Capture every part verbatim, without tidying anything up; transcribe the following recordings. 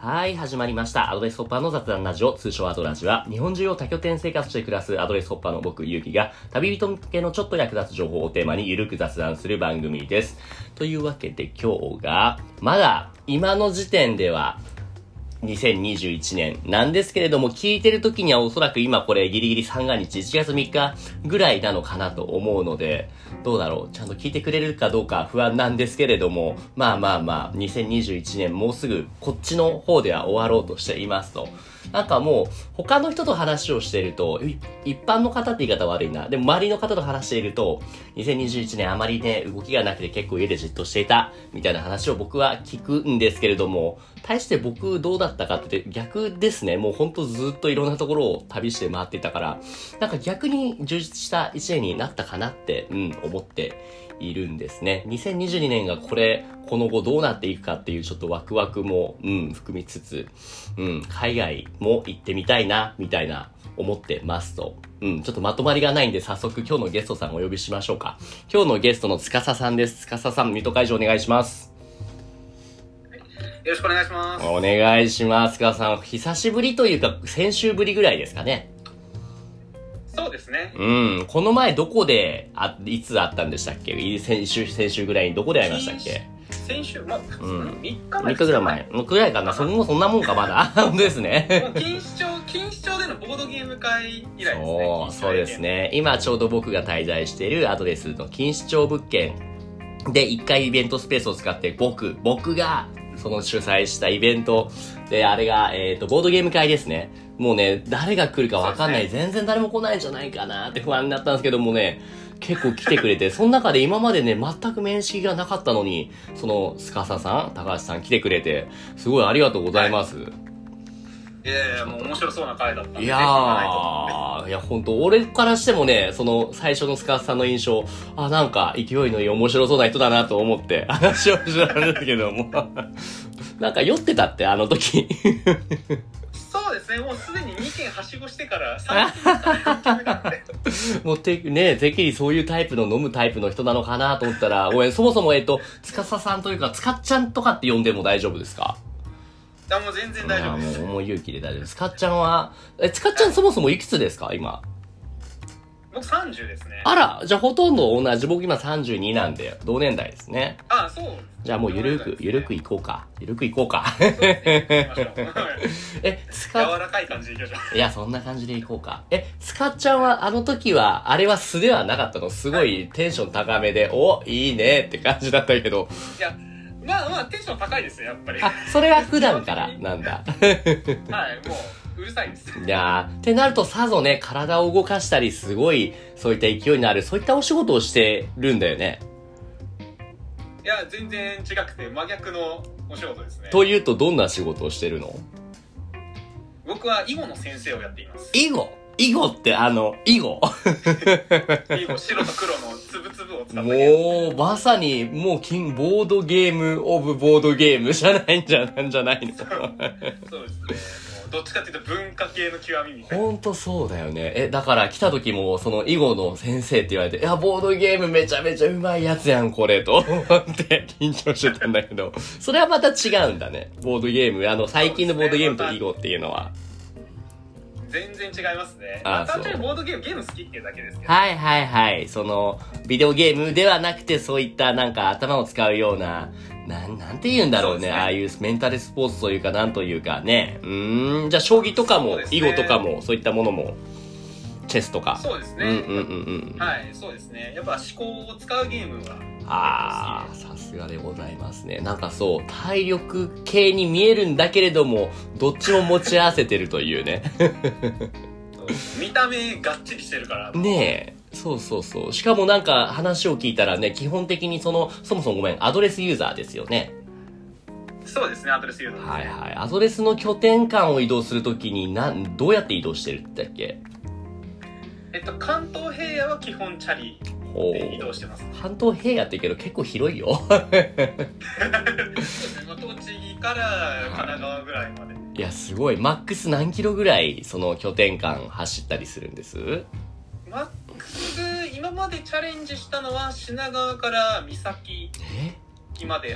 はい、始まりました。アドレスホッパーの雑談ラジオ、通称アドラジは、日本中を多拠点生活して暮らすアドレスホッパーの僕、ゆうきが、旅人向けのちょっと役立つ情報をテーマにゆるく雑談する番組です。というわけで今日が、まだ今の時点では、にせんにじゅういちねんなんですけれども、聞いてる時にはおそらく今これギリギリ三が日いちがつみっかぐらいなのかなと思うので、どうだろう、ちゃんと聞いてくれるかどうか不安なんですけれども、まあまあまあにせんにじゅういちねんもうすぐこっちの方では終わろうとしていますと。なんかもう他の人と話をしていると、一般の方って言い方悪いな、でも周りの方と話していると、にせんにじゅういちねんあまりね動きがなくて結構家でじっとしていたみたいな話を僕は聞くんですけれども、対して僕どうだったかって逆ですね。もうほんとずっといろんなところを旅して回っていたから、なんか逆に充実したいちねんになったかなって、うん、思っているんですね。にせんにじゅうにねんがこれ、この後どうなっていくかっていうちょっとワクワクも、うん、含みつつ、うん、海外も行ってみたいな、みたいな思ってますと。うん、ちょっとまとまりがないんで早速今日のゲストさんをお呼びしましょうか。今日のゲストの司さんです。司さん、ミュート解除お願いします。 よろしくお願いします。 お願いします。司さん、久しぶりというか、先週ぶりぐらいですかね。 そうですね。 うん。この前どこで、あ、いつ会ったんでしたっけ？先週、先週ぐらいにどこで会いましたっけ？ 先週、まあ、 うん。 みっかまえ。 みっかぐらい前。もうくらいかな。そもそんなもんか、まだ。本当ですね。 もう錦糸町、錦糸町でのボードゲーム会以来ですね。 そう、そうですね。今ちょうど僕が滞在しているアドレスの錦糸町物件でいっかいイベントスペースを使って僕、僕がその主催したイベントで、あれが、えっと、ボードゲーム会ですね。もうね、誰が来るかわかんない、ね。全然誰も来ないんじゃないかなって不安になったんですけどもね、結構来てくれて、その中で今までね、全く面識がなかったのに、その、司さん、高橋さん来てくれて、すごいありがとうございます。はい、 いやいや、もう面白そうな回だったんで。 いやー、いや、ほんと、俺からしてもね、その、最初の司さんの印象、あ、なんか、勢いのいい面白そうな人だなと思って、話をしてたんですけども。なんか酔ってたって、あの時。 そうですね、もうすでににけんはしごしてからさんけんめなんで。 もうて、ね、てっきりそういうタイプの飲むタイプの人なのかなと思ったら、ごめん、そもそも、えっと、司さんというか、つかっちゃんとかって呼んでも大丈夫ですか？ あ、もう全然大丈夫です。 もう、もう勇気で大丈夫です。つかっちゃんは、え、つかっちゃんそもそもいくつですか、今？ 僕さんじゅうですね。 あら、じゃあほとんど同じ。僕今さんじゅうになんで、同年代ですね。 あ、そう。 じゃあもうゆるく、ね、ゆるくいこうか。ゆるくいこうか。 そうですね、行きましょう。 え、つか柔らかい感じでいきましょう。いや、そんな感じでいこうか。え、つかっちゃんはあの時は、あれは素ではなかったの？すごいテンション高めで、お、いいねって感じだったけど。 いや、まあまあテンション高いですよ、やっぱり。 あ、それは普段からなんだ。 はい、もう。うるさいです。 いやー、ってなるとさぞね、体を動かしたり、すごい、そういった勢いのある、そういったお仕事をしてるんだよね。 いや、全然違くて、真逆のお仕事ですね。 というと、どんな仕事をしてるの？ 僕は囲碁の先生をやっています。 囲碁？囲碁ってあの、囲碁囲碁、白と黒のつぶつぶを使ったゲーム。 もう、まさに、もう、キン、ボードゲームオブボードゲームじゃないんじゃ、なんじゃないの？ そう、そうですね。どっちかっていうと文化系の極みみたいな。 ほんとそうだよね。え、だから来た時も、その囲碁の先生って言われて、いや、ボードゲームめちゃめちゃうまいやつやん、これ、と思って緊張してたんだけど、それはまた違うんだね。ボードゲーム、あの、最近のボードゲームと囲碁っていうのは。 全然違いますね。 ああ、 単純にボードゲーム、ゲーム好きっていうだけですけど。 はいはいはい。その、ビデオゲームではなくて、そういったなんか頭を使うような、なん、なんて言うんだろうね。ね、ああいうメンタルスポーツというか、なんというかね。うーん、じゃあ将棋とかも、囲碁とかも、そういったものも、チェスとか。 そうですね。 うんうんうんうん。 はい、そうですね。やっぱ思考を使うゲームが。 ああ、さすがでございますね。なんかそう、体力系に見えるんだけれども、どっちも持ち合わせてるというね。 見た目がっちりしてるから。 ねえ。そうそうそう。しかもなんか話を聞いたらね、基本的にその、そもそもごめん、アドレスユーザーですよね。 そうですね、アドレスユーザー、ね。 はいはい。アドレスの拠点間を移動するときに、なん、どうやって移動してるって言ったっけ？ えっと、関東平野は基本チャリで移動してます。 関東平野って言うけど結構広いよ。 そうですね、栃木から神奈川ぐらいまで。 いや、すごい。マックス何キロぐらい、その拠点間走ったりするんです？ マックス、今までチャレンジしたのは品川から三崎までは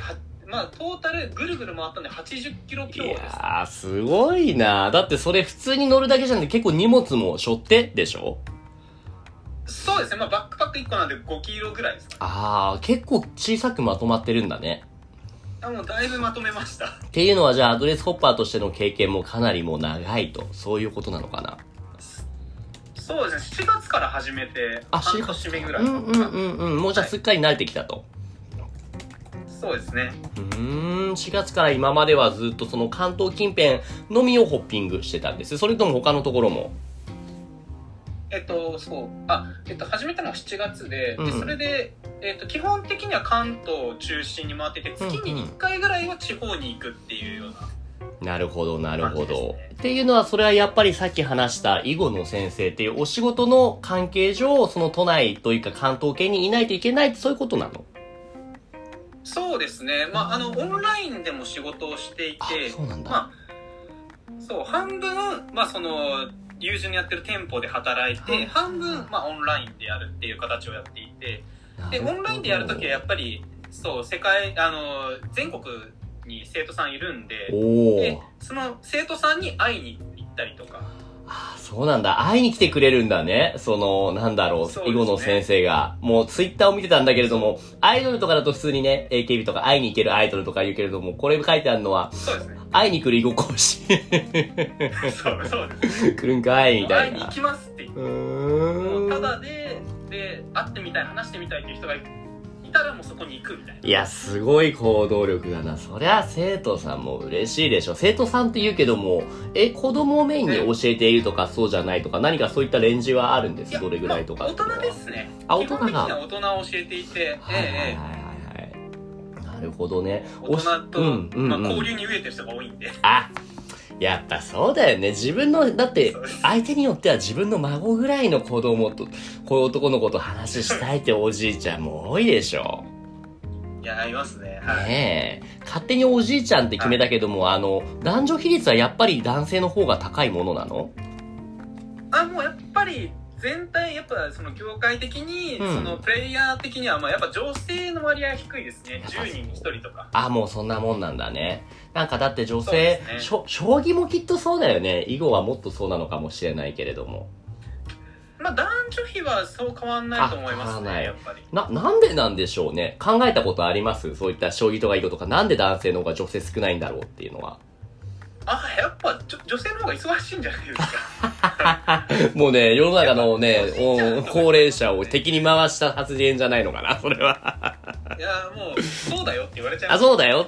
まあトータルぐるぐる回ったんではちじゅっキロ強いです。 やー、すごいな。だってそれ普通に乗るだけじゃなくて結構荷物も背負ってでしょ？ そうですね、まあバックパックいっこなんでごキロぐらいですかね。 あー、結構小さくまとまってるんだね。 あ、もうだいぶまとめました。 っていうのはじゃあアドレスホッパーとしての経験もかなりもう長いと、そういうことなのかな。 そうですね、しちがつから始めてあ、 半年目ぐらい。 うんうんうんうん。もうじゃあすっかり慣れてきたと。 そうですね。 うーん、しがつから今まではずっとその関東近辺のみをホッピングしてたんです。それとも他のところも？ えっと、そう。あ、えっと、始めたのはしちがつで、 うんで、それで、えっと、基本的には関東を中心に回ってて、月にいっかいぐらいは地方に行くっていうような。 なるほど、なるほど。 感じですね。 っていうのは、それはやっぱりさっき話した囲碁の先生っていうお仕事の関係上、その都内というか関東圏にいないといけないってそういうことなの？ そうですね。まあ、あの、オンラインでも仕事をしていて、 あ、そうなんだ。 まあ、そう、半分、まあ、その、友人のやってる店舗で働いて、半分、まあ、オンラインでやるっていう形をやっていて、で、オンラインでやるときはやっぱり、そう、世界、あの、全国に生徒さんいるんで、 おでー。 その生徒さんに会いに行ったりとか。 あ、そうなんだ。会いに来てくれるんだね。その、なんだろう、 そうですね囲碁の先生が。もうツイッターを見てたんだけれども、アイドルとかだと普通にね、エーケービー とか会いに行けるアイドルとか言うけれども、これ書いてあるのは、 そうですね。 会いに来る囲碁講師。 そう、そうですね。 来るんかいみたいな。 会いに行きますって言って。 うーん。 もうただで、で、会ってみたい、話してみたいっていう人がいたらもうそこに行くみたいな。 いや、すごい行動力だな。そりゃ生徒さんも嬉しいでしょ。生徒さんって言うけども、え、子供をメインに教えているとかそうじゃないとか、何かそういったレンジはあるんです？どれぐらいとかまあ、 っていうのは。 大人ですね。 あ、大人が。 基本的には大人を教えていて、 はいはいはいええはい。なるほどね。 大人と、 うんうんうん、 まあ、交流に飢えてる人が多いんで。 あ、やっぱそうだよね。自分の、だってそうです、 相手によっては自分の孫ぐらいの子供と、こういう男の子と話したいっておじいちゃんも多いでしょ。 いや、いますね。はい。 ねえ。勝手におじいちゃんって決めたけども、あの、男女比率はやっぱり男性の方が高いものなの？ あ、もうやっぱり、全体、やっぱその業界的に、 うんそのプレイヤー的には、まあやっぱ女性の割合は低いですね。じゅうにんにひとりとか。 あ、もうそんなもんなんだね。なんかだって女そう性、 ですねしょ将棋もきっとそうだよね。囲碁はもっとそうなのかもしれないけれども。 まあ男女比はそう変わんないと思いますあ変わんないね、やっぱり。 な、なんでなんでしょうね。考えたことあります？そういった将棋とか囲碁とか、なんで男性の方が女性少ないんだろうっていうのは。 あ、やっぱ女女性の方が忙しいんじゃないですか。 もうね、世の中のね、 やっぱおじいちゃんうん高齢者を敵に回した発言じゃないのかな、それは。 いや、もう、そうだよって言われちゃいまあ、 す。 そうだよって。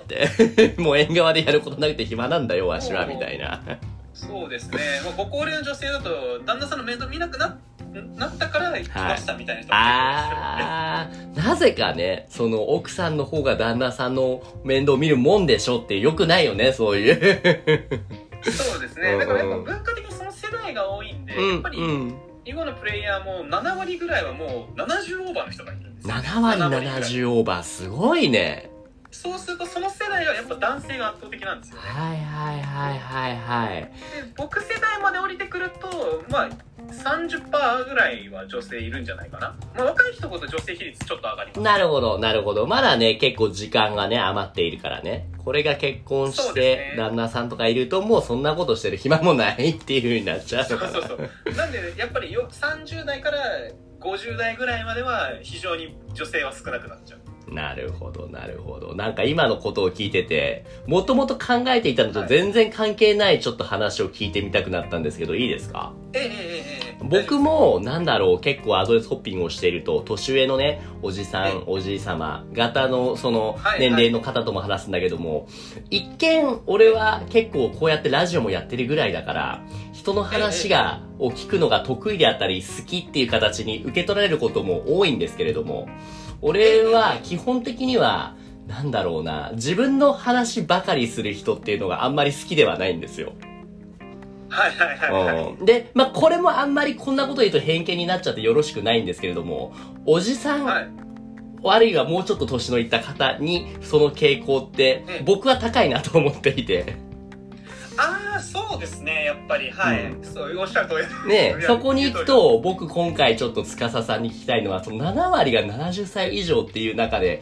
もう縁側でやることなくて暇なんだよ、わしは、みたいな。 そうですね。もうご高齢の女性だと、旦那さんの面倒見なくななったから来ましたみたいな人も結構いらっしあー、なぜかね、その奥さんの方が旦那さんの面倒見るもんでしょって良くないよね、そういう。 るんで。そうですね。 うんうんだからやっぱ文化的にその世代が多いんで、 うんやっぱり、 うん。 囲碁のプレイヤーもななわりぐらいはもうななじゅうオーバーの人がいるんですよ。 ななわりななじゅうオーバー、すごいね。 そうするとその世代はやっぱ男性が圧倒的なんですよね。 はいはいはいはいはい。 で僕世代まで降りてくるとまあ さんじゅっパーセント ぐらいは女性いるんじゃないかな。まあ、若い人ほど女性比率ちょっと上がります。 なるほど、なるほど。まだね、結構時間がね、余っているからね。これが結婚そうして、 ですね旦那さんとかいると、もうそんなことしてる暇もないっていう風になっちゃうそうのかな。 そうそう。なんでやっぱりよさんじゅう代からごじゅう代ぐらいまでは非常に女性は少なくなっちゃう。 なるほど、なるほど。なんか今のことを聞いてて、もともと考えていたのと全然関係ないちょっと話を聞いてみたくなったんですけど、いいですか？ ええええええ。 僕も、なんだろう、結構アドレスホッピングをしていると、年上のね、おじさえん、おじいさま、型の、そのは、い年齢の方とも話すんだけども、一見、俺は結構こうやってラジオもやってるぐらいだから、人の話が、を聞くのが得意であったり、好きっていう形に受け取られることも多いんですけれども、俺は基本的には、なんだろうな、自分の話ばかりする人っていうのがあんまり好きではないんですよ。 はいはいはいはい。 うん、で、まあ、これもあんまりこんなこと言うと偏見になっちゃってよろしくないんですけれども、おじさん、 はいあるいはもうちょっと年のいった方にその傾向ってうん僕は高いなと思っていて、 ああ、そうですね、やっぱり、はい。 うんそう、おっしゃる通り。 ねいやそこに行く、と僕今回ちょっと司さんに聞きたいのは、そのななわりがななじゅっさい以上っていう中で、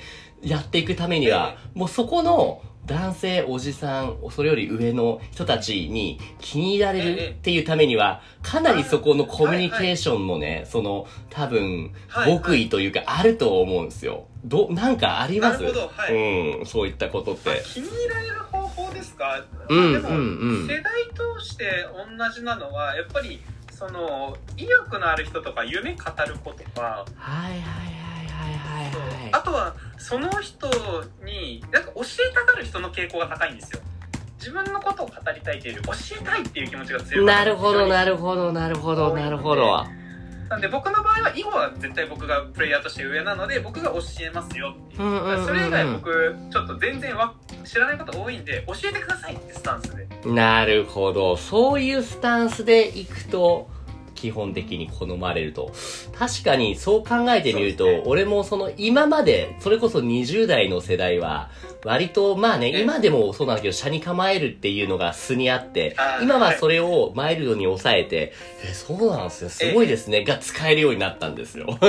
やっていくためには、もうそこの男性、おじさん、それより上の人たちに気に入られるっていうためには、かなりそこのコミュニケーションのね、その、多分、極意というかあると思うんですよ。ど、なんかあります？ なるほど、はい。 うん、そういったことって。 気に入られる方法ですか？ うん、 まあ、でも、 うんうん、 世代通して同じなのは、やっぱり、その、意欲のある人とか夢語る子とか、 はいはいはいはいはいはい。 あとは、その人に、なんか教えたがる人の傾向が高いんですよ。自分のことを語りたいというより、教えたいっていう気持ちが強い。 なるほど、なるほど、なるほど、なるほど。 なんで僕の場合は囲碁は絶対僕がプレイヤーとして上なので僕が教えますよっていう、うんうんうんうん、それ以外僕ちょっと全然わ知らないこと多いんで教えてくださいってスタンスで。 なるほど、そういうスタンスでいくと基本的に好まれると。確かにそう考えてみると、ね、俺もその今までそれこそにじゅう代の世代は割とまあね、今でもそうなんだけど車に構えるっていうのが素にあって、今はそれをマイルドに抑えて、え、そうなんですよ、すごいですね、が使えるようになったんですよ。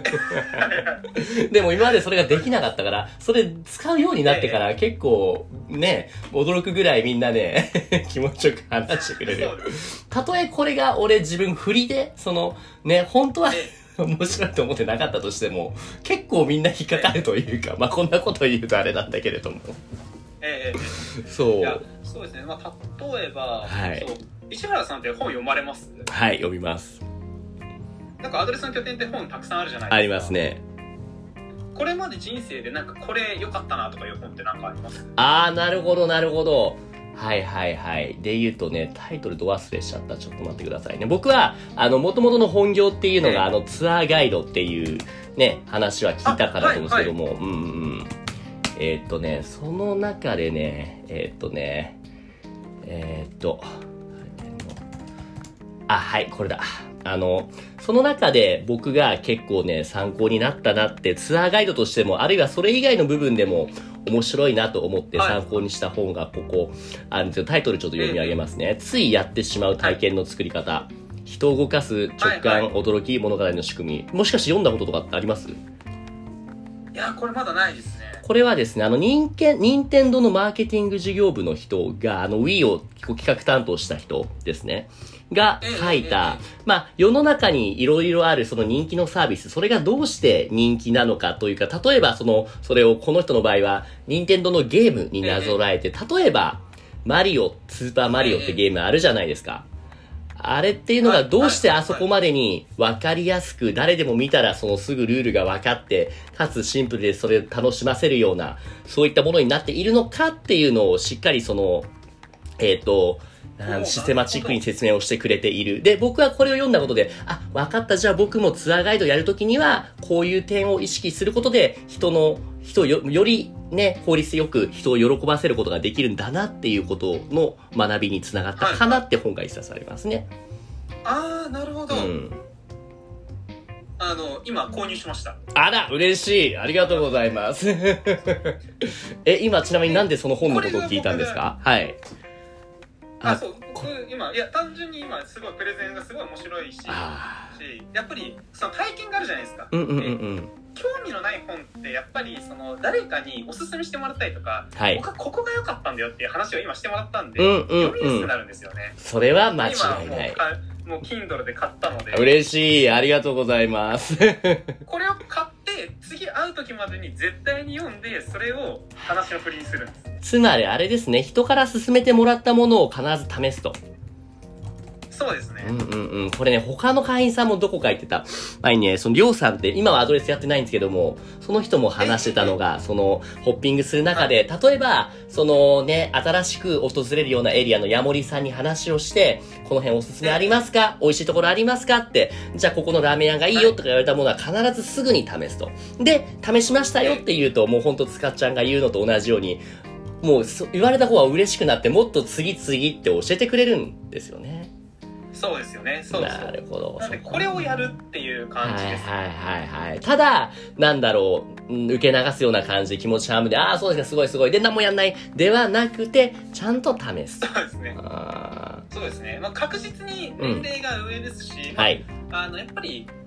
でも今までそれができなかったから、それ使うようになってから結構ね、驚くぐらいみんなね、気持ちよく話してくれる。たとえこれが俺自分振りで、そのね、本当は面白いと思ってなかったとしても、結構みんな引っかかるというか、まあこんなこと言うとあれなんだけれども。 ええ、 そう。 いや、そうですね。まあ例えば、はい、そう、石原さんって本読まれます？ はい、読みます。 なんかアドレスの拠点って本たくさんあるじゃないですか。 ありますね。 これまで人生でなんかこれ良かったなとかいう本ってなんかあります？ あー、なるほどなるほど。はいはいはい。で言うとね、タイトルど忘れしちゃった。ちょっと待ってくださいね。僕は、あの、元々の本業っていうのが、あの、ツアーガイドっていうね、話は聞いたからと思うんですけども、はいはい、うんうん。えー、っとね、その中でね、えー、っとね、えー、っと、あ、はい、これだ。あの、その中で僕が結構ね、参考になったなって、ツアーガイドとしても、あるいはそれ以外の部分でも、面白いなと思って参考にした本がここ、あのタイトルちょっと読み上げますね。ついやってしまう体験の作り方。人を動かす直感、驚き、物語の仕組み。もしかして読んだこととかってあります？ いや、これまだないですね。 これはですね、あの、任天、任天堂のマーケティング事業部の人が、あの、Wii を企画担当した人ですね。が書いた、まあ、世の中にいろいろあるその人気のサービス、それがどうして人気なのかというか、例えばその、それをこの人の場合は、任天堂のゲームになぞらえて、例えば、マリオ、スーパーマリオってゲームあるじゃないですか。あれっていうのがどうしてあそこまでに分かりやすく、誰でも見たらそのすぐルールが分かって、かつシンプルでそれを楽しませるような、そういったものになっているのかっていうのをしっかりその、えっと、システマチックに説明をしてくれている。で、僕はこれを読んだことで、あ、分かった。じゃあ僕もツアーガイドやるときには、こういう点を意識することで、人の、人をよ、よりね、効率よく人を喜ばせることができるんだなっていうことの学びにつながったかなって本が一冊ありますね。 あー、なるほど。 うん。 あの、今購入しました。 あら、嬉しい。ありがとうございます。え、今ちなみになんでその本のことを聞いたんですか？はい。 あ、そう、僕今、いや、単純に今すごいプレゼンがすごい面白いし、しやっぱりその体験があるじゃないですか。 うんうんうんうん。 興味のない本ってやっぱりその誰かにおすすめしてもらったりとか、 はい、 僕はここが良かったんだよっていう話を今してもらったんで、 うんうんうん、 読みやすくなるんですよね。 それは間違いない。 もう Kindle で買ったので。 嬉しい。ありがとうございます。 これを買って次会う時までに絶対に読んで、それを話の振りにするんです。 つまりあれですね、人から勧めてもらったものを必ず試すと。 そうですね。 うんうんうん。これね、他の会員さんもどこか言ってた。前にね、そのりょうさんって、今はアドレスやってないんですけども、その人も話してたのが、その、ホッピングする中で、例えば、そのね、新しく訪れるようなエリアのヤモリさんに話をして、この辺おすすめありますか？美味しいところありますか？って、じゃあここのラーメン屋がいいよとか言われたものは必ずすぐに試すと。で、試しましたよって言うと、もうほんとつかっちゃんが言うのと同じように、もう言われた方は嬉しくなって、もっと次々って教えてくれるんですよね。 そうですよね。そうです。 なるほど。 なんでこれをやるっていう感じです。 はいはいはいはい。ただ、なんだろう、受け流すような感じで気持ち半分で、ああ、そうですね、すごいすごい。で、何もやんない。ではなくて、ちゃんと試す。 そうですね。あそうですね。まあ、確実に年齢が上ですし、うん、まあ、 はい。 あの、やっぱり、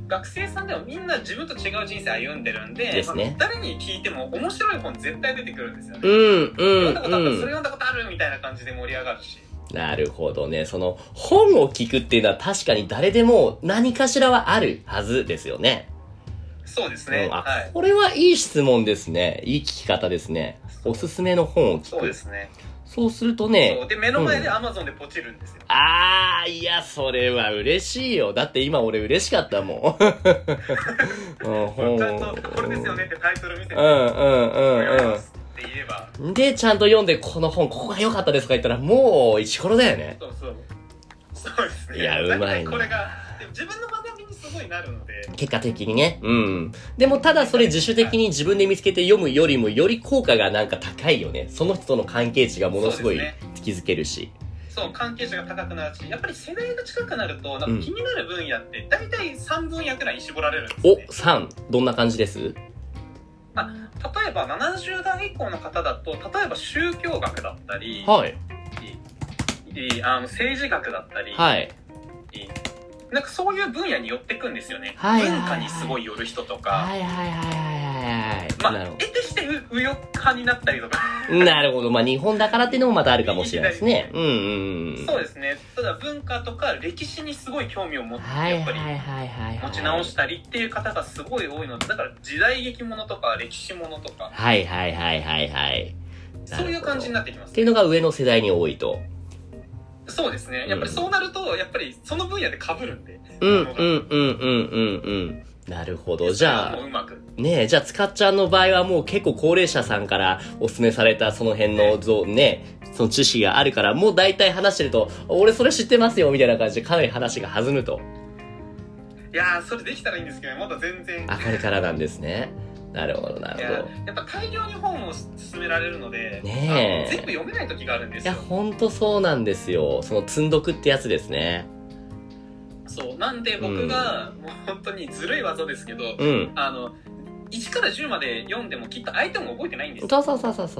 学生さんでもみんな自分と違う人生歩んでるんで、 ですね。 まあ、誰に聞いても面白い本絶対出てくるんですよね。 うん、うん、 読んだことあった、 うん。 それ読んだことあるみたいな感じで盛り上がるし。 なるほどね。その、本を聞くっていうのは確かに誰でも何かしらはあるはずですよね。 そうですね。 うん、あ、 はい。 これはいい質問ですね。いい聞き方ですね。おすすめの本を聞く。 そうですね。 そうするとね。 そう。で、目の前で Amazon でポチるんですよ。 うん、あー、いや、それは嬉しいよ。だって今俺嬉しかったもん。うん、 ちゃんと、これですよねってタイトル見せて。 うん、うん、うん、うん。 って言えば。 で、ちゃんと読んで、この本、ここが良かったですとか言ったら、もう、石ころだよね。 そうそう。そうですね。 いや、うまいな。 これが、でも自分の学びにすごいなるので。 結果的にね。うん。でも、ただそれ自主的に自分で見つけて読むよりも、より効果がなんか高いよね。その人との関係値がものすごい突きづけるし。 そう、関係者が高くなるし、やっぱり世代が近くなると、なんか気になる分野って、だいたいさんぶんやくらいに絞られるんですよね。 お、さん。どんな感じです？ まあ、例えばななじゅう代以降の方だと、例えば宗教学だったり、 はい。 あの政治学だったり、 はい。 なんかそういう分野に寄ってくんですよね。 はいはいはい、 文化にすごい寄る人とか。 はいはいはいはいはい。 まあ、得てして右翼派になったりとか。 なるほど。まあ日本だからっていうのもまたあるかもしれないですね。うんうんうん。 そうですね。ただ文化とか歴史にすごい興味を持って、やっぱり持ち直したりっていう方がすごい多いので、だから時代劇ものとか歴史ものとか。 はいはいはいはいはい。 そういう感じになってきます、ね。 っていうのが上の世代に多いと。 そうですね。やっぱりそうなると、やっぱりその分野で被るんで。 うんうんうんうんうんうん。なるほど。じゃあ、 うまくねえ、じゃあ、つかっちゃんの場合はもう結構高齢者さんからお勧めされたその辺のぞ、ね、その知識があるから、もう大体話してると、俺それ知ってますよ、みたいな感じでかなり話が弾むと。 いやー、それできたらいいんですけど、まだ全然。 あ、これからなんですね。なるほど、なるほど。 や, やっぱ大量に本を勧められるので、 ねえ。 全部読めない時があるんですよ。 いや、ほんとそうなんですよ。その積んどくってやつですね。 そう。なんで僕が、もう本当にずるい技ですけど、 うん。 あの、いちからじゅうまで読んでもきっと相手も覚えてないんですよ。 そうそうそうそうそう。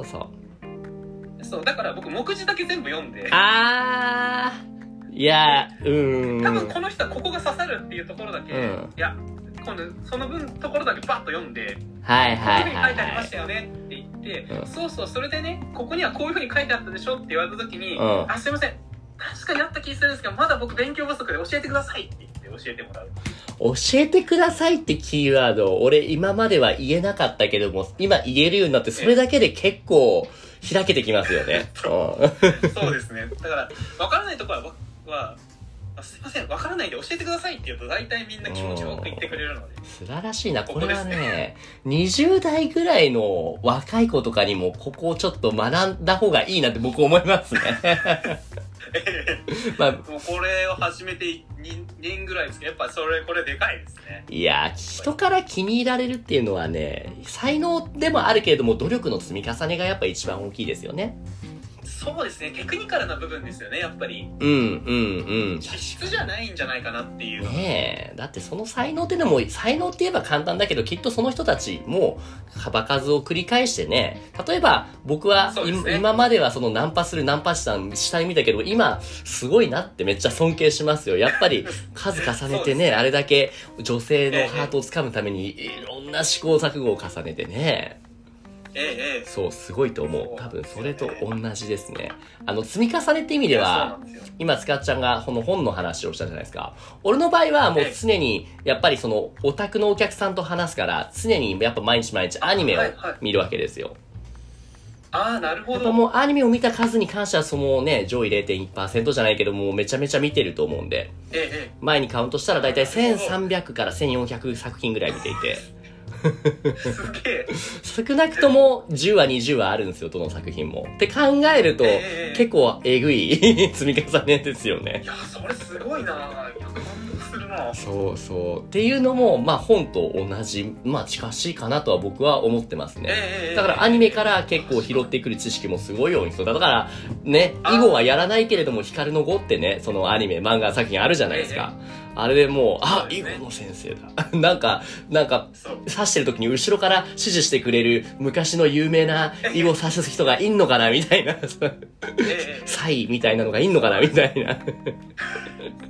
そう。だから僕、目次だけ全部読んで。 あー。いや、うーん。 多分この人はここが刺さるっていうところだけ、 うん、 いや、今度その分ところだけバッと読んで、 はいはいはい、はい、 こういうふうに書いてありましたよねって言って、うん、そうそう、それでね、ここにはこういうふうに書いてあったでしょって言われた時に、うん、あ、すいません、確かにあった気がするんですけど、まだ僕勉強不足で教えてくださいって言って教えてもらう。 教えてくださいってキーワード、俺今までは言えなかったけども、今言えるようになって、それだけで結構開けてきますよね。 そうそうですね。だから、わからないところは、はすいません、わからないんで教えてくださいって言うと大体みんな気持ちよく言ってくれるので。 素晴らしいな。これはね、にじゅう代ぐらいの若い子とかにもここをちょっと学んだ方がいいなって僕思いますね。 まあ、もうこれを始めてにねんぐらいですけど、やっぱそれ、これでかいですね。 いや、人から気に入られるっていうのはね、才能でもあるけれども努力の積み重ねがやっぱ一番大きいですよね。 そうですね、テクニカルな部分ですよね、やっぱり。 うんうんうん。 資質じゃないんじゃないかなっていう。 ねえ。だってその才能ってのも、才能って言えば簡単だけど、きっとその人たちも、幅数を繰り返してね。例えば、僕は、ね、今まではそのナンパするナンパ師さん下に見たけど、今、すごいなってめっちゃ尊敬しますよ。やっぱり、数重ねてね、あれだけ女性のハートをつかむために、いろんな試行錯誤を重ねてね。 ええ、 そう、すごいと思う。多分それと同じですね。あの、積み重ねって意味では、今、つかっちゃんがこの本の話をしたじゃないですか。俺の場合はもう常に、やっぱりその、オタクのお客さんと話すから、常にやっぱ毎日毎日アニメを見るわけですよ。 ああ、なるほど。 やっぱもうアニメを見た数に関してはそのね、上位 れいてんいちパーセント じゃないけども、めちゃめちゃ見てると思うんで、 ええ、 前にカウントしたらだいたいせんさんびゃくからせんよんひゃく作品ぐらい見ていて、 すげえ。 少なくともじゅうわにじゅうわあるんですよ、どの作品も。って考えると、えー、結構えぐい積み重ねですよね。 いや、それすごいな。感動するな。 そうそう。っていうのも、まあ本と同じ、まあ近しいかなとは僕は思ってますね。えー、だからアニメから結構拾ってくる知識もすごいようにそうだ。だからね、囲碁はやらないけれども、光の碁ってね、そのアニメ、漫画作品あるじゃないですか。えーあれでもう、あ、囲碁の先生だ。なんか、なんか、指してる時に後ろから指示してくれる昔の有名な囲碁を指す人がいんのかなみたいな。サイみたいなのがいんのかなみたいな。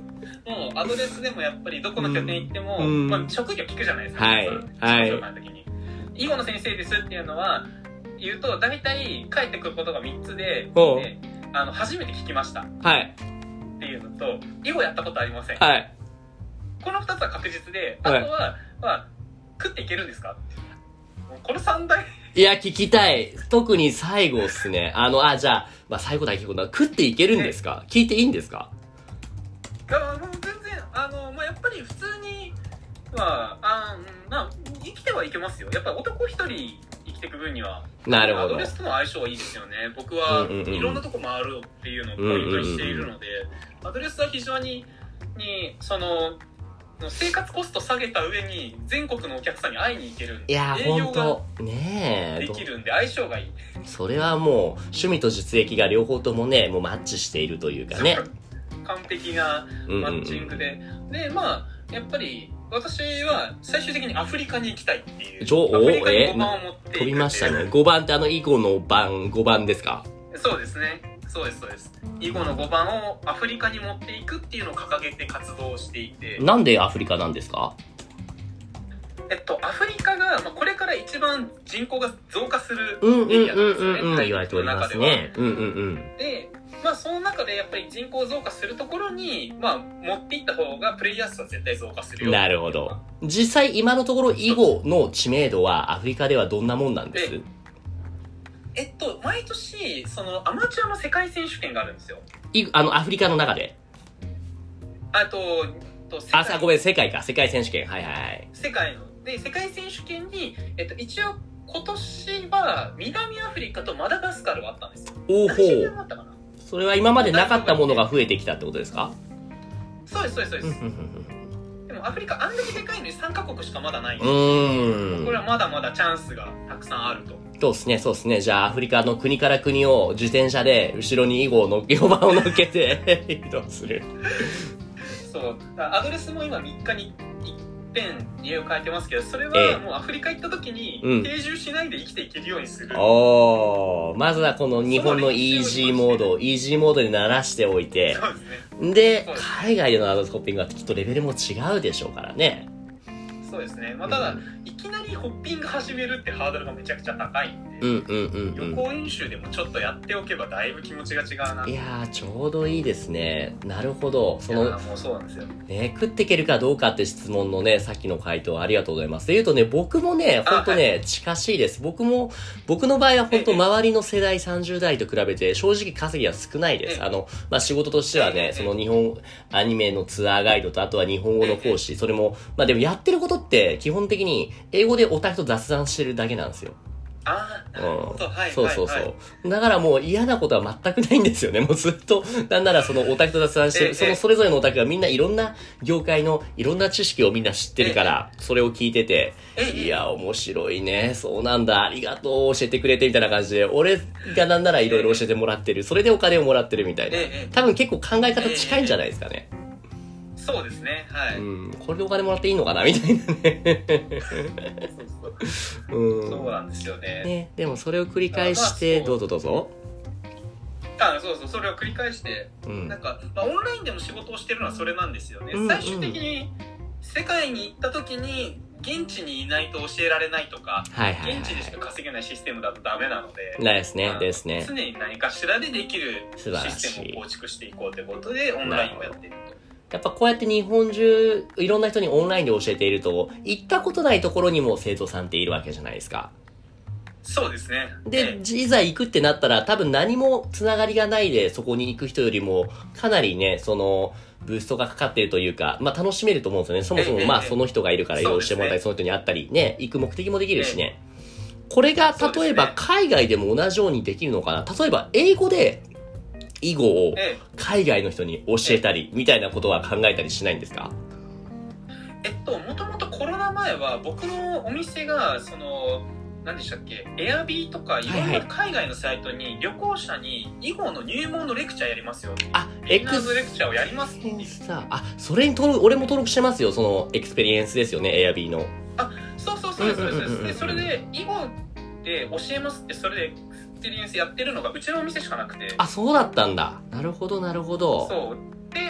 もうアドレスでもやっぱりどこの拠点行っても、 うんまあ、職業聞くじゃないですか。 はいはい。 の時に囲碁の先生ですっていうのは言うと大体返ってくることがみっつで、であの初めて聞きました。 はい。 っていうのと囲碁やったことありません。 はい。 このふたつは確実で、あとは、はい、まあ、食っていけるんですか？このさん大いや、聞きたい。特に最後っすね。あの、あ、じゃあ、まあ、最後だけ聞くのは、食っていけるんですか？聞いていいんですか？ いや、もう全然、あの、まあ、やっぱり普通に、まあ、あまあ、生きてはいけますよ。やっぱり男一人生きていく分には、 なるほど。 アドレスとの相性はいいですよね。僕は、いろんなとこ回るっていうのをポイントにしているので、アドレスは非常に、に、その、生活コスト下げた上に全国のお客さんに会いに行けるんで、 いや営業がねできるんで相性がいい。 それはもう趣味と実益が両方ともねもうマッチしているというかね完璧なマッチングで、うんうんうん、でまあやっぱり私は最終的にアフリカに行きたいっていうアフリカにごばんを持っていくっていう。飛びましたね。ごばんってあの囲碁の番ごばんですか？そうですね。そうですそうです。囲碁のごばんをアフリカに持っていくっていうのを掲げて活動していて。 なんでアフリカなんですか？ えっとアフリカが、まあ、これから一番人口が増加するエリアなんですよね。 うんうんうんうん、言われておりますね。うんうんうん。 で、まあその中でやっぱり人口増加するところにまあ持っていった方がプレイヤー数は絶対増加するよ。 なるほど。実際今のところ囲碁の知名度はアフリカではどんなもんなんです？ えっと、毎年、その、アマチュアの世界選手権があるんですよ。 い、あの、アフリカの中であと、とあ、さ、ごめん、世界か。世界選手権。はいはい。 世界の。で、世界選手権に、えっと、一応、今年は、南アフリカとマダガスカルがあったんですよ。 おおほう。それは今までなかったものが増えてきたってことですか？ そうです、そうです、そうです。でも、アフリカ、あんだけでかいのにさんカ国しかまだないんで、 うーん。 これはまだまだチャンスがたくさんあると。 そうですね、そうですね。じゃあ、アフリカの国から国を自転車で、後ろに囲碁のよばんを乗っけて移動する。 そう。アドレスも今みっかにいっぺん家を変えてますけど、それはもうアフリカ行った時に定住しないで生きていけるようにする。うん、 おー。まずはこの日本のイージーモード、イージーモードに慣らしておいて。 そうですね。 で、海外でのアドレスホッピングはきっとレベルも違うでしょうからね。 そうですね。まあ、ただ、うん、いきなりホッピング始めるってハードルがめちゃくちゃ高いんで、 うんうんうんうん、 予行演習でもちょっとやっておけばだいぶ気持ちが違うな。 いやー、ちょうどいいですね。なるほど。その、 もうそうなんですよ。 ね、食っていけるかどうかって質問のね、さっきの回答ありがとうございます。で言うとね、僕もね、ほんとね、はい、近しいです。僕も、僕の場合はほんと周りの世代さんじゅう代と比べて正直稼ぎは少ないです。あの、まあ、仕事としてはね、その日本アニメのツアーガイドとあとは日本語の講師、それも、まあ、でもやってることって基本的に英語でオタクと雑談してるだけなんですよ。 ああ、なるほど、うん、はい、 そうそうそう、 はい、 だからもう嫌なことは全くないんですよね。もうずっと、なんならそのオタクと雑談してる、そのそれぞれのオタクがみんないろんな業界のいろんな知識をみんな知ってるから、それを聞いてて、いや、面白いね、そうなんだ、ありがとう、教えてくれてみたいな感じで、俺がなんならいろいろ教えてもらってる、それでお金をもらってるみたいな。多分結構考え方近いんじゃないですかね。 そうですね、はい。 うん、これでお金もらっていいのかなみたいなね。 そうそう。うん、そうなんですよね。 ね、でもそれを繰り返して、まあ、どうぞどうぞ。 あ、そうそう、それを繰り返して、うん、なんか、まあ、オンラインでも仕事をしてるのはそれなんですよね。うんうん、最終的に世界に行った時に現地にいないと教えられないとか、はいはいはい、現地でしか稼げないシステムだとダメなので、 ですね、ですね。 常に何かしらでできるシステムを構築していこうということでオンラインをやっていると。 やっぱこうやって日本中いろんな人にオンラインで教えていると、行ったことないところにも生徒さんっているわけじゃないですか。 そうですね。 で、いざ行くってなったら多分何もつながりがないでそこに行く人よりもかなりね、そのブーストがかかってるというか、まあ楽しめると思うんですよね。そもそもまあその人がいるから用意してもらったり、その人に会ったりね、行く目的もできるしね。これが例えば海外でも同じようにできるのかな。例えば英語で囲碁を海外の人に教えたりみたいなことは考えたりしないんですか？ えっと、もともとコロナ前は僕のお店がその何でしたっけ、エアビーとかいろんな海外のサイトに旅行者に囲碁の入門のレクチャーやりますよっていう、 あ、 エクスレクチャーをやりますっていう、 あ、それに登録、俺も登録してますよ。そのエクスペリエンスですよね、エアビーの。 あ、そうそうそうそうです。でそれで囲碁で教えますって、それでエクスペリエンスやってるのがうちのお店しかなくて。 あ、そうだったんだ。なるほどなるほど。 そうで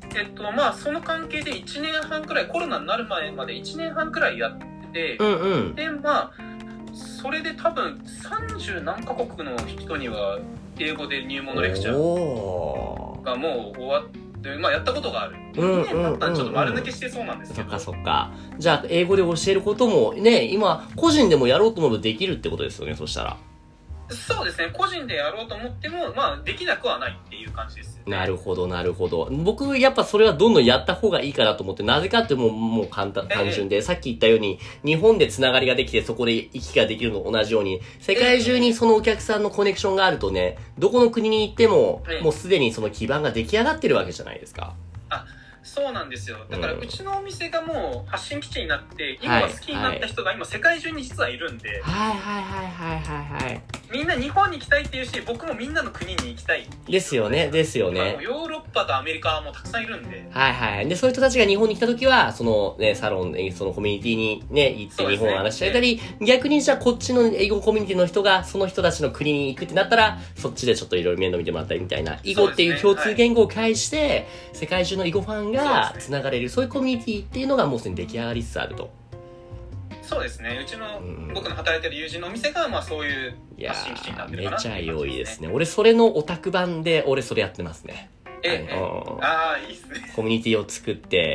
えっとまあその関係でいちねんはんくらい、コロナになる前までいちねんはんくらいやってて、 うんうん、 でまあそれで多分さんじゅう何カ国の人には英語で入門のレクチャーがもう終わって、まあ、やったことがある。にねん経ったらちょっと丸抜けしてそうなんですけど、 そっかそっか。じゃあ英語で教えることもね、今個人でもやろうと思えばできるってことですよね、そしたら。 そうですね、個人でやろうと思っても、まあ、できなくはないっていう感じですよね。 なるほど、なるほど。僕、やっぱそれはどんどんやった方がいいかなと思って、なぜかってもう、もう簡単、単純で、ええ、さっき言ったように、日本でつながりができて、そこで行き来ができるのと同じように、世界中にそのお客さんのコネクションがあるとね、どこの国に行っても、ええ、もうすでにその基盤が出来上がってるわけじゃないですか。 あ、そうなんですよ。だからうちのお店がもう発信基地になって、今は好きになった人が今世界中に実はいるんで、 はいはいはいはいはいはい。 みんな日本に行きたいっていうし、僕もみんなの国に行きたい。 ですよね、ですよね。 ヨーロッパとアメリカもたくさんいるんで。 はいはい。で、そういう人たちが日本に来た時は、そのね、サロン、そのコミュニティにね、行って日本を話し合えたり、ね、逆にじゃあこっちの英語コミュニティの人がその人たちの国に行くってなったら、そっちでちょっといろいろ面倒見てもらったりみたいな、囲碁っていう共通言語を介して、はい、世界中の囲碁ファンが繋がれる、そういうコミュニティっていうのがもうすでに出来上がりつつあると。 そうですね。うちの、うん、僕の働いてる友人のお店が、まあそういう発信基地になってるかなっていう感じですね。 めちゃ良いですね。俺それのオタク版で、俺それやってますね。 ええ、ああ、いいっすね。 コミュニティを作って、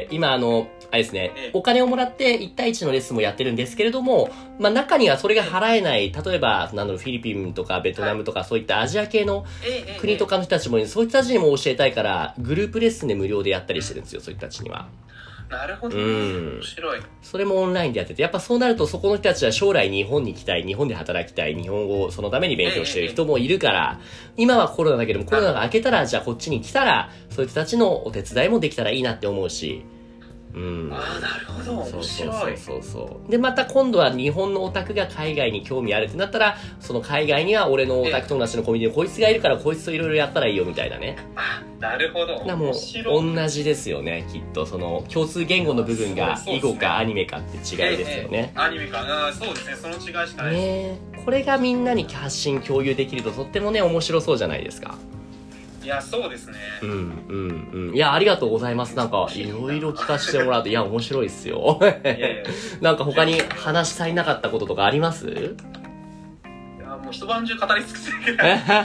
今あの、あれですね、ええ、お金をもらっていち対いちのレッスンもやってるんですけれども、まあ中にはそれが払えない、例えば、なんだろう、フィリピンとかベトナムとか、はい、そういったアジア系の国とかの人たちもいる、そういった人たちにも教えたいから、グループレッスンで無料でやったりしてるんですよ、そういった人たちには。 なるほど、ね。うん。面白い。 それもオンラインでやってて、やっぱそうなるとそこの人たちは将来日本に来たい、日本で働きたい、日本語をそのために勉強している人もいるから、ええ、今はコロナだけどもコロナが明けたら、じゃあこっちに来たら、そういう人たちのお手伝いもできたらいいなって思うし、うん。 ああ、なるほど。面白い。 そうそうそうそう。で、また今度は日本のオタクが海外に興味あるってなったら、その海外には俺のオタク友達のコミュニティにこいつがいるからこいつといろいろやったらいいよみたいなね。 あ、なるほど。 だもう同じですよね、きっと。その共通言語の部分が囲碁かアニメかって違いですよね。 ええ、アニメかな、そうですね、その違いしかないですね。これがみんなに発信共有できるととってもね、面白そうじゃないですか。 いや、そうですね。 うんうんうん。いや、ありがとうございます。なんか、いろいろ聞かせてもらって、いや、面白いっすよ。いやいやなんか他に話し足りなかったこととかあります？ いや、もう一晩中語り尽くせる。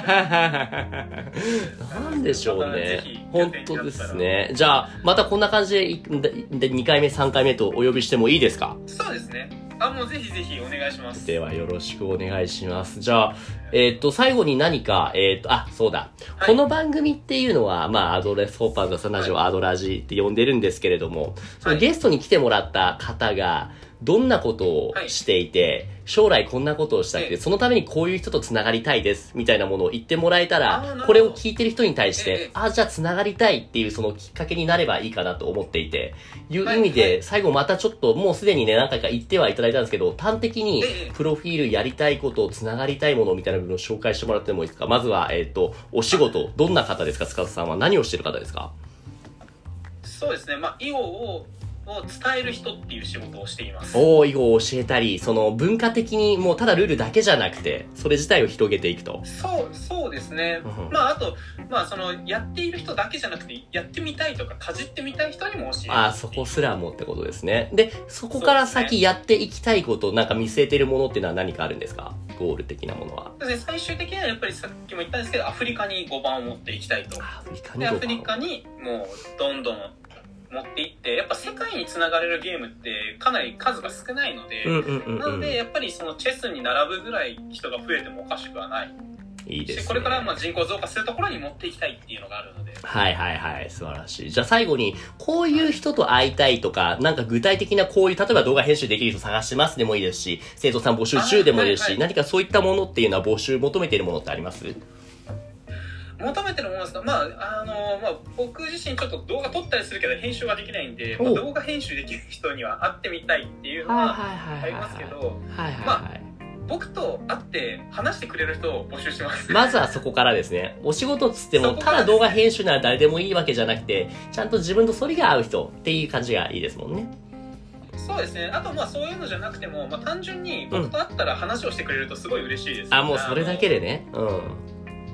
なんでしょうね。本当ですね。じゃあ、またこんな感じでにかいめ、さんかいめとお呼びしてもいいですか？ そうですね。あ、もうぜひぜひお願いします。 ではよろしくお願いします。じゃあ、えっと、最後に何か、えっと、あ、そうだ、はい。この番組っていうのは、まあ、アドレスホッパーズのサナジオ、はい、アドラジって呼んでるんですけれども、そのゲストに来てもらった方が、どんなことをしていて、はい、将来こんなことをしたくて、そのためにこういう人と繋がりたいです、みたいなものを言ってもらえたら、これを聞いてる人に対して、あ、じゃあ繋がりたいっていうそのきっかけになればいいかなと思っていて、いう意味で、最後またちょっと、もうすでにね、何回か言ってはいただいたんですけど、端的に、プロフィールやりたいこと、繋がりたいものみたいな部分を紹介してもらってもいいですか？まずは、えっと、お仕事、どんな方ですか？塚田さんは何をしてる方ですか？ そうですね、まあ、囲碁を、を伝える人っていう仕事をしています。 おー、囲碁を教えたり、その文化的にもうただルールだけじゃなくて、それ自体を広げていくと。 そう、そうですね。まあ、あと、まあ、その、やっている人だけじゃなくて、やってみたいとか、かじってみたい人にも教える。 ああ、そこすらもってことですね。で、そこから先やっていきたいこと、なんか見据えているものっていうのは何かあるんですか？ゴール的なものは。 そうですね、最終的にはやっぱりさっきも言ったんですけど、アフリカにごばんを持っていきたいと。 アフリカにで、アフリカにもう、どんどん、持っていって、やっぱ世界につながれるゲームってかなり数が少ないので、 うんうんうんうん、 なのでやっぱりそのチェスに並ぶぐらい人が増えてもおかしくはない。 いいですね。 これからまあ人口増加するところに持っていきたいっていうのがあるので。 はいはいはい、素晴らしい。じゃあ最後に、こういう人と会いたいとか、なんか具体的なこういう、例えば動画編集できる人探してますでもいいですし、生徒さん募集中でもいいですし、はいはい、何かそういったものっていうのは募集求めているものってあります？ 求めてるものですか？まあ、あの、まあ、僕自身ちょっと動画撮ったりするけど編集はできないんで、まあ、動画編集できる人には会ってみたいっていうのはありますけど、まあ、僕と会って話してくれる人を募集します。 まずはそこからですね。お仕事っつっても、ただ動画編集なら誰でもいいわけじゃなくて、ちゃんと自分と反りが合う人っていう感じがいいですもんね。 そうですね。あとまあそういうのじゃなくても、まあ、単純に僕と会ったら話をしてくれるとすごい嬉しいです、うん、 あ、もうそれだけでね。うん。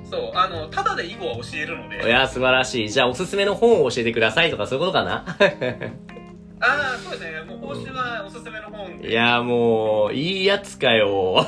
そう、あの、ただで囲碁は教えるので。 いや、素晴らしい。じゃあ、おすすめの本を教えてくださいとか、そういうことかなああ、そうですね。もう報酬はおすすめの本で。 いや、もう、いいやつかよ。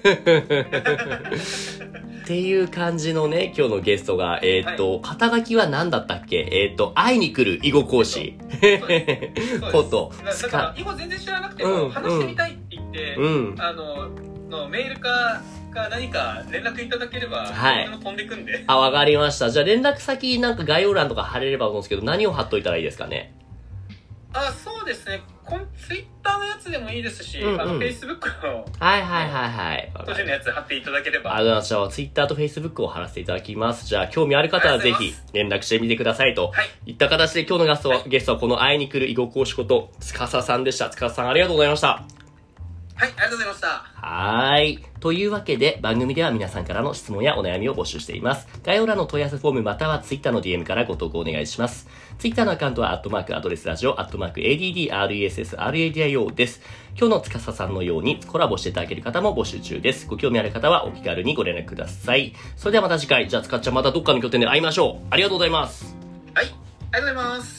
っていう感じのね、今日のゲストが、えー、っと、はい、肩書きは何だったっけ？えー、っと、会いに来る囲碁講師。こと。 だから、囲碁全然知らなくても、うん、話してみたいって言って、うん、あの、のメールか、か何か連絡いただければ、はい。飛んでいくんで。 あ、わかりました。じゃあ連絡先なんか概要欄とか貼れればと思うんですけど、何を貼っといたらいいですかね？ あ、そうですね。こんツイッターのやつでもいいですし、うんうん、あの、フェイスブックの、 はいはいはいはい。 個人のやつ貼っていただければ。 あ、じゃあ、ツイッターとフェイスブックを貼らせていただきます。じゃあ、興味ある方はぜひ連絡してみてくださいと。はい。いった形で今日のゲストは、はい、ゲストはこの会いに来る囲碁講師こと、司さんでした。司さんありがとうございました。 はい、ありがとうございました。 はーい。というわけで、番組では皆さんからの質問やお悩みを募集しています。概要欄の問い合わせフォームまたは Twitter の ディーエム からご投稿お願いします。Twitter のアカウントは、アットマークアドレスラジオ、アットマーク エーディーディーアールイーエスエスアールエーディーアイオー です。今日の司さんのようにコラボしていただける方も募集中です。ご興味ある方はお気軽にご連絡ください。それではまた次回、じゃあつかっちゃんまたどっかの拠点で会いましょう。ありがとうございます。 はい、ありがとうございます。